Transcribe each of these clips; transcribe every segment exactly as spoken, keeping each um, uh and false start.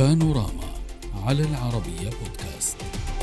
بانوراما على العربية بودكاست.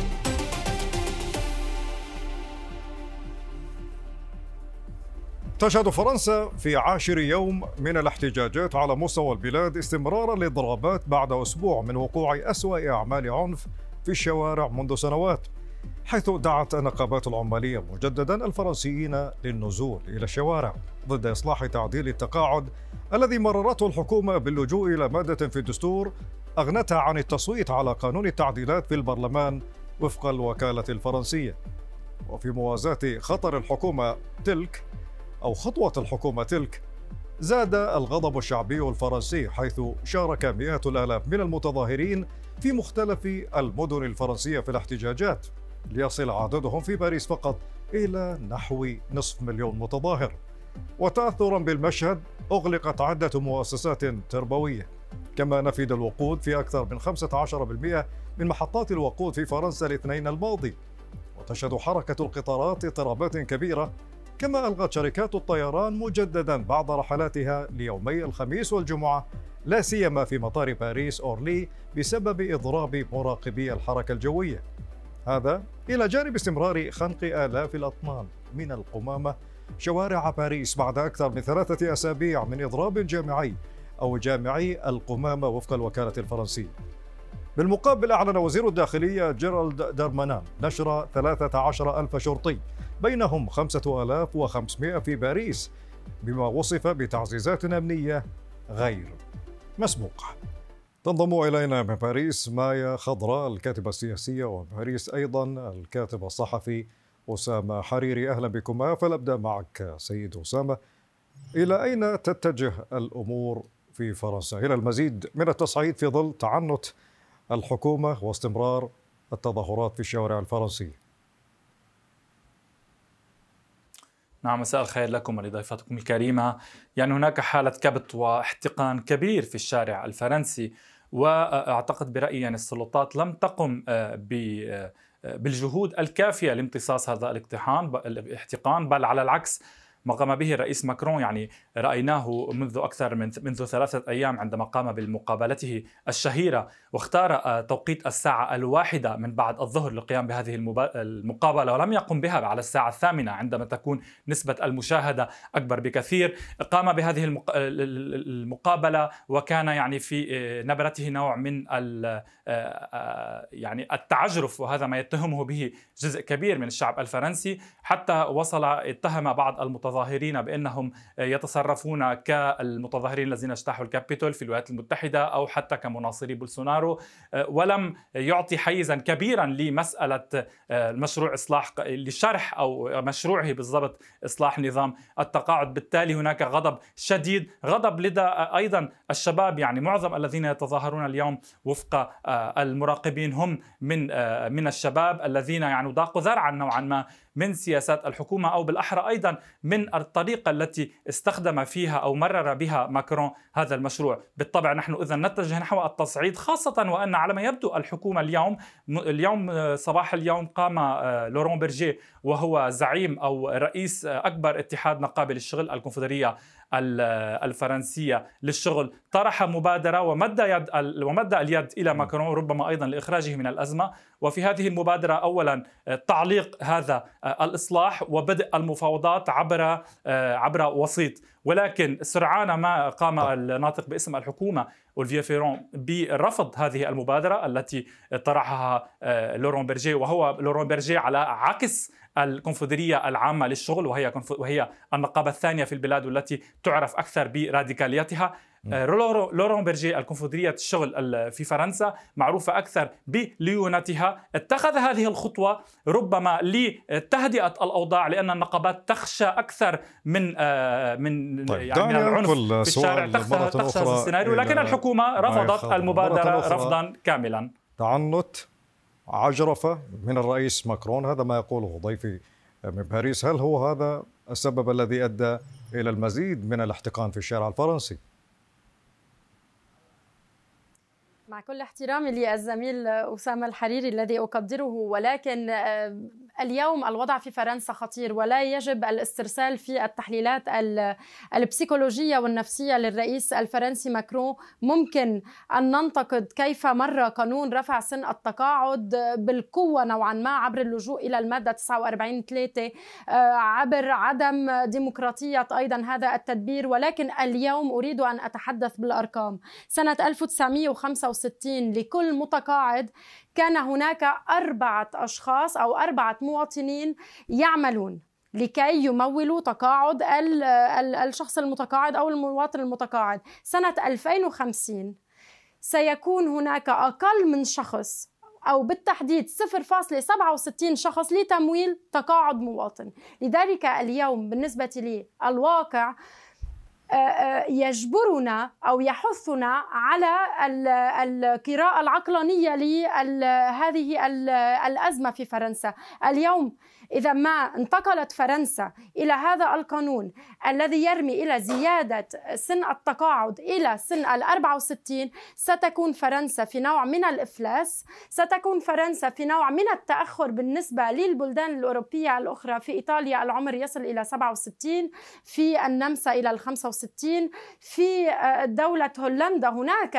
تشهد فرنسا في عاشر يوم من الاحتجاجات على مستوى البلاد استمرار الإضرابات بعد أسبوع من وقوع أسوأ أعمال عنف في الشوارع منذ سنوات، حيث دعت النقابات العمالية مجددا الفرنسيين للنزول إلى الشوارع ضد إصلاح تعديل التقاعد الذي مررته الحكومة باللجوء إلى مادة في الدستور أغنتها عن التصويت على قانون التعديلات في البرلمان وفق الوكالة الفرنسية. وفي موازاة خطر الحكومة تلك أو خطوة الحكومة تلك، زاد الغضب الشعبي الفرنسي، حيث شارك مئات الآلاف من المتظاهرين في مختلف المدن الفرنسية في الاحتجاجات، ليصل عددهم في باريس فقط إلى نحو نصف مليون متظاهر. وتأثرا بالمشهد أغلقت عدة مؤسسات تربوية، كما نفد الوقود في أكثر من خمسة عشر بالمئة من محطات الوقود في فرنسا الاثنين الماضي. وتشهد حركة القطارات اضطرابات كبيرة، كما ألغت شركات الطيران مجددا بعض رحلاتها ليومي الخميس والجمعة، لا سيما في مطار باريس أورلي بسبب إضراب مراقبي الحركة الجوية. هذا إلى جانب استمرار خنق آلاف الأطنان من القمامة شوارع باريس بعد أكثر من ثلاثة أسابيع من إضراب جامعي أو جامعي القمامة وفق الوكالة الفرنسية. بالمقابل، أعلن وزير الداخلية جيرالد دارمانان نشر ثلاثة عشر ألف شرطي، بينهم خمسة آلاف وخمسمئة في باريس، بما وصف بتعزيزات أمنية غير مسبوقة. تنضم إلينا من باريس مايا خضراء الكاتبة السياسية، وباريس أيضا الكاتب الصحفي أسامة حريري. أهلا بكما. فلأبدأ معك سيد أسامة، إلى أين تتجه الأمور في فرنسا؟ إلى المزيد من التصعيد في ظل تعنت الحكومة واستمرار التظاهرات في الشوارع الفرنسية. نعم، مساء الخير لكم ولضيفتكم الكريمة. يعني هناك حالة كبت واحتقان كبير في الشارع الفرنسي، وأعتقد برأيي يعني السلطات لم تقم بالجهود الكافية لامتصاص هذا الاقتحام الاحتقان، بل على العكس ما قام به الرئيس ماكرون. يعني رأيناه منذ أكثر من منذ ثلاثة أيام عندما قام بمقابلته الشهيرة، واختار توقيت الساعة الواحدة من بعد الظهر للقيام بهذه المقابلة، ولم يقم بها على الساعة الثامنة عندما تكون نسبة المشاهدة أكبر بكثير. قام بهذه المقابلة وكان يعني في نبرته نوع من يعني التعجرف، وهذا ما يتهمه به جزء كبير من الشعب الفرنسي، حتى وصل اتهم بعض المتظاهرين بأنهم يتصرفون كالمتظاهرين الذين اجتاحوا الكابيتول في الولايات المتحدة أو حتى كمناصري بولسونارو، ولم يعطي حيزا كبيرا لمسألة المشروع إصلاح لشرح أو مشروعه بالضبط إصلاح نظام التقاعد. بالتالي هناك غضب شديد، غضب لدى أيضا الشباب. يعني معظم الذين يتظاهرون اليوم وفق المراقبين هم من من الشباب الذين يعني ضاقوا ذرعا نوعا ما من سياسات الحكومة، أو بالأحرى أيضا من الطريقة التي استخدم فيها أو مرر بها ماكرون هذا المشروع. بالطبع نحن إذن نتجه نحو التصعيد، خاصة وأن على ما يبدو الحكومة اليوم اليوم صباح اليوم قام لورون بيرجي، وهو زعيم أو رئيس أكبر اتحاد نقابل الشغل الكونفدرالية الفرنسية للشغل، طرح مبادرة ومد يد ومد اليد إلى ماكرون، ربما أيضا لإخراجه من الأزمة. وفي هذه المبادرة أولا تعليق هذا الإصلاح وبدء المفاوضات عبر عبر وسيط، ولكن سرعان ما قام الناطق باسم الحكومة أوليفيه فيرون برفض هذه المبادرة التي طرحها لورون بيرجي، وهو لورون بيرجي على عكس الكونفدرالية العامة للشغل، وهي وهي النقابة الثانية في البلاد والتي تعرف أكثر براديكاليتها. لورون بيرجي الكونفدرالية الشغل في فرنسا معروفة أكثر بليونتها، اتخذ هذه الخطوة ربما لتهدئة الأوضاع، لأن النقابات تخشى أكثر من من طيب يعني من العنف في الشارع، تخشى تخشى هذا السيناريو، لكن الحكومة رفضت المبادرة رفضا كاملا. تعنت عجرفة من الرئيس ماكرون، هذا ما يقوله ضيفي من باريس. هل هو هذا السبب الذي أدى إلى المزيد من الاحتقان في الشارع الفرنسي؟ مع كل احترامي للزميل أسامة الحريري الذي أقدره، ولكن اليوم الوضع في فرنسا خطير، ولا يجب الاسترسال في التحليلات البسيكولوجية والنفسية للرئيس الفرنسي ماكرون. ممكن أن ننتقد كيف مر قانون رفع سن التقاعد بالقوة نوعا ما عبر اللجوء إلى المادة تسعة وأربعين ثلاثة، عبر عدم ديمقراطية أيضا هذا التدبير، ولكن اليوم أريد أن أتحدث بالأرقام. سنة ألف وتسعمئة وخمسة وستين لكل متقاعد كان هناك أربعة أشخاص أو أربعة مواطنين يعملون لكي يمولوا تقاعد الشخص المتقاعد أو المواطن المتقاعد. سنة ألفين وخمسين سيكون هناك أقل من شخص أو بالتحديد صفر فاصلة سبعة وستين شخص لتمويل تقاعد مواطن. لذلك اليوم بالنسبة لي الواقع يجبرنا أو يحثنا على القراءة العقلانية لهذه الأزمة في فرنسا. اليوم إذا ما انتقلت فرنسا إلى هذا القانون الذي يرمي إلى زيادة سن التقاعد إلى سن الأربعة وستين، ستكون فرنسا في نوع من الإفلاس، ستكون فرنسا في نوع من التأخر بالنسبة للبلدان الأوروبية الأخرى. في إيطاليا العمر يصل إلى سبعة وستين، في النمسا إلى الخمسة وستين، في دولة هولندا هناك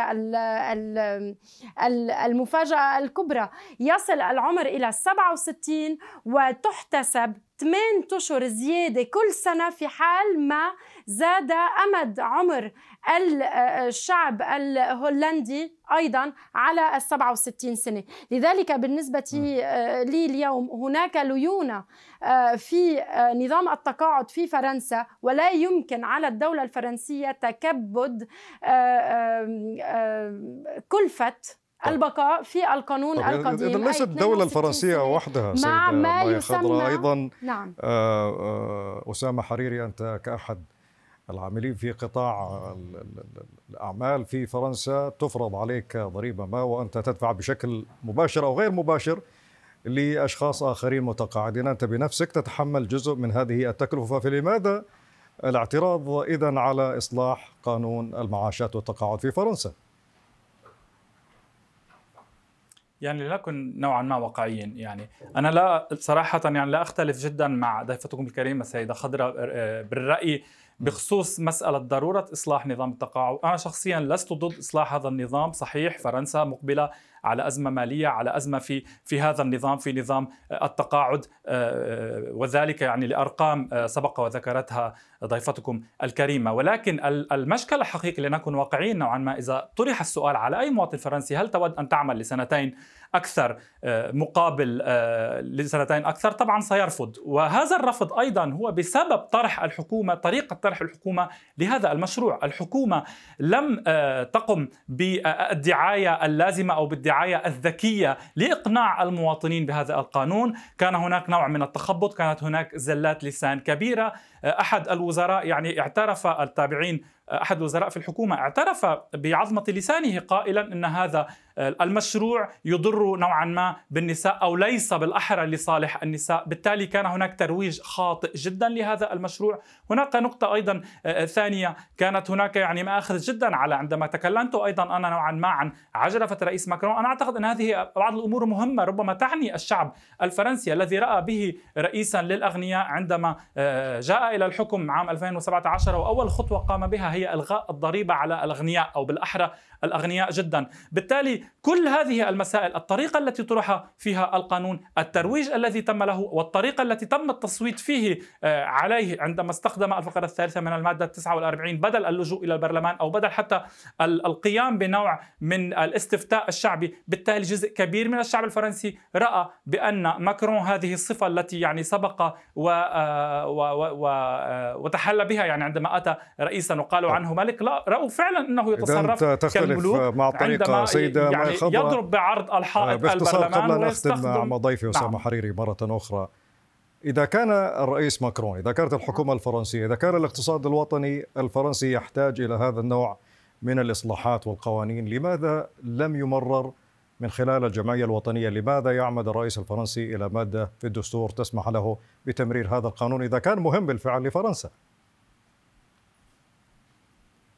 المفاجأة الكبرى يصل العمر إلى سبعة وستين، وتحتسب ثمانية أشهر زيادة كل سنة في حال ما زاد أمد عمر الشعب الهولندي أيضا على السبعة وستين سنة. لذلك بالنسبة لي اليوم هناك ليونة في نظام التقاعد في فرنسا، ولا يمكن على الدولة الفرنسية تكبد كلفة البقاء في القانون القديم. إذا ليست الدولة الفرنسية وحدها مع ما يسمى أيضا. نعم. أسامة حريري، أنت كأحد العاملين في قطاع الأعمال في فرنسا تفرض عليك ضريبة ما وأنت تدفع بشكل مباشر أو غير مباشر لأشخاص آخرين متقاعدين، أنت بنفسك تتحمل جزء من هذه التكلفة. فلماذا الاعتراض إذن على إصلاح قانون المعاشات والتقاعد في فرنسا؟ يعني لنكن نوعا ما واقعيين. يعني أنا لا صراحة يعني لا أختلف جدا مع ضيفتكم الكريمة السيدة خضراء بالرأي بخصوص مسألة ضرورة إصلاح نظام التقاعد. أنا شخصيا لست ضد إصلاح هذا النظام. صحيح فرنسا مقبلة على أزمة مالية، على أزمة في في هذا النظام، في نظام التقاعد، وذلك يعني لأرقام سبق وذكرتها ضيفتكم الكريمة. ولكن المشكلة الحقيقي لنكون واقعيين نوعا ما، إذا طرح السؤال على أي مواطن فرنسي هل تود أن تعمل لسنتين أكثر مقابل لسنتين أكثر، طبعا سيرفض. وهذا الرفض أيضا هو بسبب طرح الحكومة، طريقة طرح الحكومة لهذا المشروع. الحكومة لم تقم بالدعاية اللازمة أو بالدعاية الذكية لإقناع المواطنين بهذا القانون. كان هناك نوع من التخبط، كانت هناك زلات لسان كبيرة. أحد الوزراء يعني اعترف، التابعين أحد الوزراء في الحكومة اعترف بعظمة لسانه قائلا أن هذا المشروع يضر نوعا ما بالنساء أو ليس بالأحرى لصالح النساء. بالتالي كان هناك ترويج خاطئ جدا لهذا المشروع. هناك نقطة أيضا ثانية، كانت هناك يعني مآخذ جدا على عندما تكلمت أيضا أنا نوعا ما عن عجلة رئيس ماكرون. أنا أعتقد أن هذه بعض الأمور مهمة ربما تعني الشعب الفرنسي الذي رأى به رئيسا للأغنياء عندما جاء إلى الحكم عام ألفين وسبعة عشر، وأول خطوة قام بها هي إلغاء الضريبة على الأغنياء أو بالأحرى الأغنياء جدا. بالتالي كل هذه المسائل، الطريقة التي طرح فيها القانون، الترويج الذي تم له، والطريقة التي تم التصويت فيه عليه عندما استخدم الفقرة الثالثة من المادة تسعة وأربعين بدل اللجوء إلى البرلمان أو بدل حتى القيام بنوع من الاستفتاء الشعبي. بالتالي جزء كبير من الشعب الفرنسي رأى بأن ماكرون هذه الصفة التي يعني سبق و... و... و... وتحلى بها يعني عندما أتى رئيسا وقالوا عنه ملك، لا، رأوا فعلا أنه يتصرف كالملوك مع طريقة سيدة يعني يضرب بعرض الحائط البرلمان. قبل أن أختم مع ضيفي أسامة حريري مرة أخرى، إذا كان الرئيس ماكرون، إذا كانت الحكومة الفرنسية، إذا كان الاقتصاد الوطني الفرنسي يحتاج إلى هذا النوع من الإصلاحات والقوانين، لماذا لم يمرر من خلال الجمعية الوطنية؟ لماذا يعمد الرئيس الفرنسي إلى مادة في الدستور تسمح له بتمرير هذا القانون إذا كان مهم بالفعل لفرنسا؟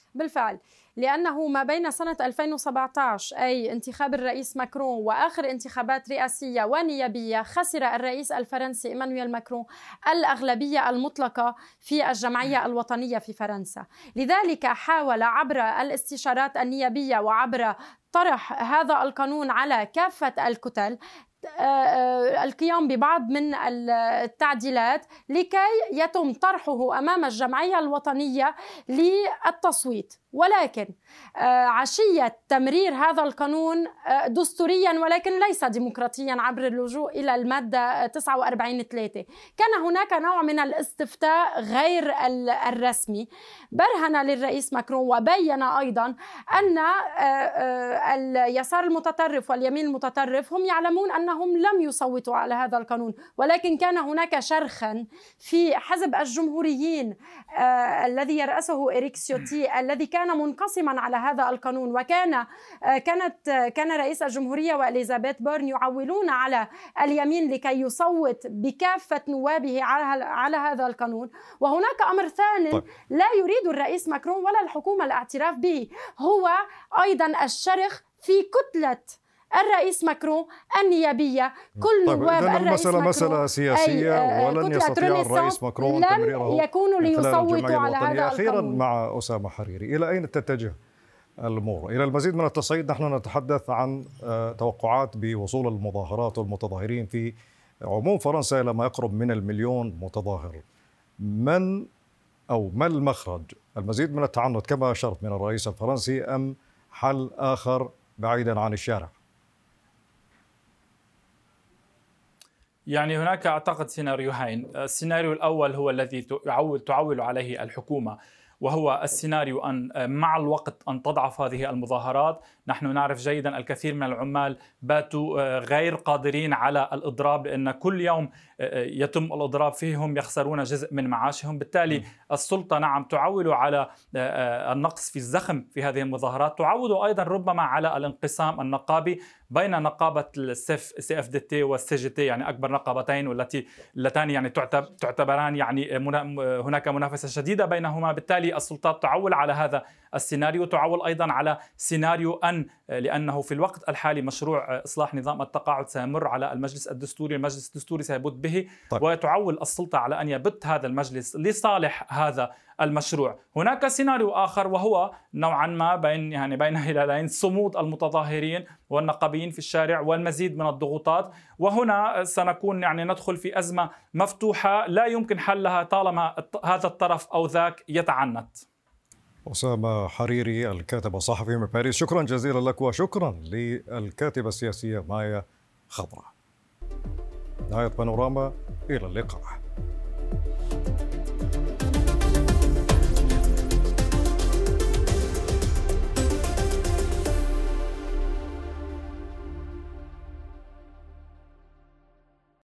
بالفعل، لأنه ما بين سنة ألفين وسبعة عشر أي انتخاب الرئيس ماكرون وآخر انتخابات رئاسية ونيابية خسر الرئيس الفرنسي إيمانويل ماكرون الأغلبية المطلقة في الجمعية الوطنية في فرنسا. لذلك حاول عبر الاستشارات النيابية وعبر طرح هذا القانون على كافة الكتل القيام ببعض من التعديلات لكي يتم طرحه أمام الجمعية الوطنية للتصويت. ولكن عشية تمرير هذا القانون دستوريا ولكن ليس ديمقراطيا عبر اللجوء إلى المادة تسعة وأربعين ثلاثة كان هناك نوع من الاستفتاء غير الرسمي برهن للرئيس ماكرون وبين أيضا أن اليسار المتطرف واليمين المتطرف هم يعلمون أنهم لم يصوتوا على هذا القانون، ولكن كان هناك شرخا في حزب الجمهوريين الذي يرأسه إريك سيوتي الذي كان كان منقسما على هذا القانون، وكان كانت كان رئيس الجمهورية وإليزابيث بورن يعولون على اليمين لكي يصوت بكافة نوابه على على هذا القانون. وهناك أمر ثاني طيب. لا يريد الرئيس ماكرون ولا الحكومة الاعتراف به، هو أيضا الشرخ في كتلة الرئيس ماكرون النيابية. كل طيب نواب الرئيس المسألة ماكرون مسألة سياسية ولن يستطيع الرئيس ماكرون تمريره لم يكونوا ليصوتوا على هذا أخيرا القانون. مع أسامة حريري، إلى أين تتجه الأمور؟ إلى المزيد من التصعيد. نحن نتحدث عن توقعات بوصول المظاهرات والمتظاهرين في عموم فرنسا إلى ما يقرب من المليون متظاهر. من أو ما المخرج؟ المزيد من التعنت كما أشرت من الرئيس الفرنسي أم حل آخر بعيدا عن الشارع؟ يعني هناك أعتقد سيناريوهين. السيناريو الأول هو الذي تعول, تعول عليه الحكومة، وهو السيناريو أن مع الوقت أن تضعف هذه المظاهرات. نحن نعرف جيدا الكثير من العمال باتوا غير قادرين على الإضراب، لأن كل يوم يتم الإضراب فيهم يخسرون جزء من معاشهم. بالتالي السلطة نعم تعول على النقص في الزخم في هذه المظاهرات، تعود أيضا ربما على الانقسام النقابي بين نقابة السي اف دي تي والسي جي تي، يعني أكبر نقابتين والتي اللتان يعني تعتبران يعني هناك منافسة شديدة بينهما. بالتالي السلطات تعول على هذا السيناريو، تعول أيضا على سيناريو أن لأنه في الوقت الحالي مشروع إصلاح نظام التقاعد سيمر على المجلس الدستوري، المجلس الدستوري سيبت به طيب. وتعول السلطة على أن يبت هذا المجلس لصالح هذا المشروع. هناك سيناريو آخر وهو نوعا ما بين يعني بين هلالين، صمود المتظاهرين والنقابيين في الشارع والمزيد من الضغوطات، وهنا سنكون يعني ندخل في أزمة مفتوحة لا يمكن حلها طالما هذا الطرف أو ذاك يتعنت. أسامة حريري الكاتب الصحفي من باريس، شكرا جزيلا لك، وشكرا للكاتبة السياسية مايا خضراء. نهاية بانوراما، إلى اللقاء.